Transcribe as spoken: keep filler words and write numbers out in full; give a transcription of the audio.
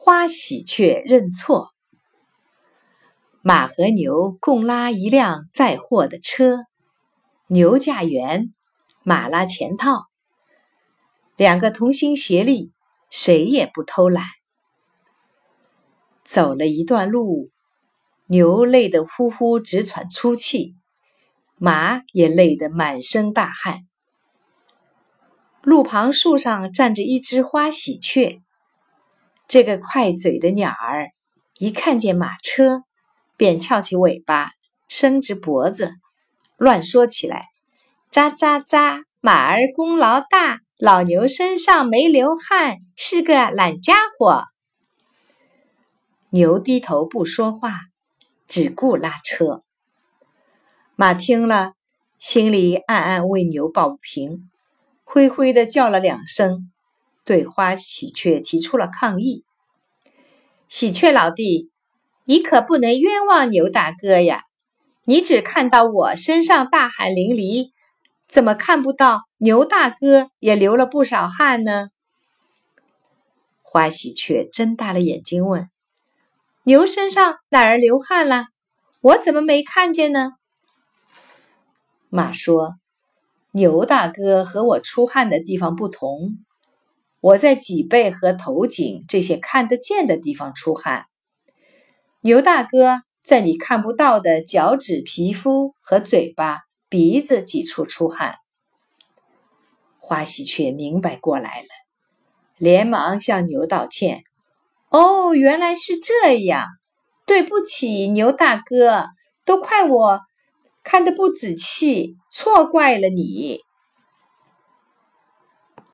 花喜鹊认错。马和牛共拉一辆载货的车，牛驾辕，马拉前套，两个同心协力，谁也不偷懒。走了一段路，牛累得呼呼直喘粗气，马也累得满身大汗。路旁树上站着一只花喜鹊，这个快嘴的鸟儿一看见马车，便翘起尾巴，伸直脖子，乱说起来：喳喳喳，马儿功劳大，老牛身上没流汗，是个懒家伙。牛低头不说话，只顾拉车。马听了，心里暗暗为牛抱不平，灰灰地叫了两声，对花喜鹊提出了抗议。喜鹊老弟，你可不能冤枉牛大哥呀！你只看到我身上大汗淋漓，怎么看不到牛大哥也流了不少汗呢？花喜鹊睁大了眼睛问：牛身上哪儿流汗了？我怎么没看见呢？马说：牛大哥和我出汗的地方不同，我在脊背和头颈这些看得见的地方出汗，牛大哥在你看不到的脚趾皮肤和嘴巴、鼻子几处出汗。花喜鹊明白过来了，连忙向牛道歉：哦，原来是这样，对不起，牛大哥，都怪我看得不仔细，错怪了你。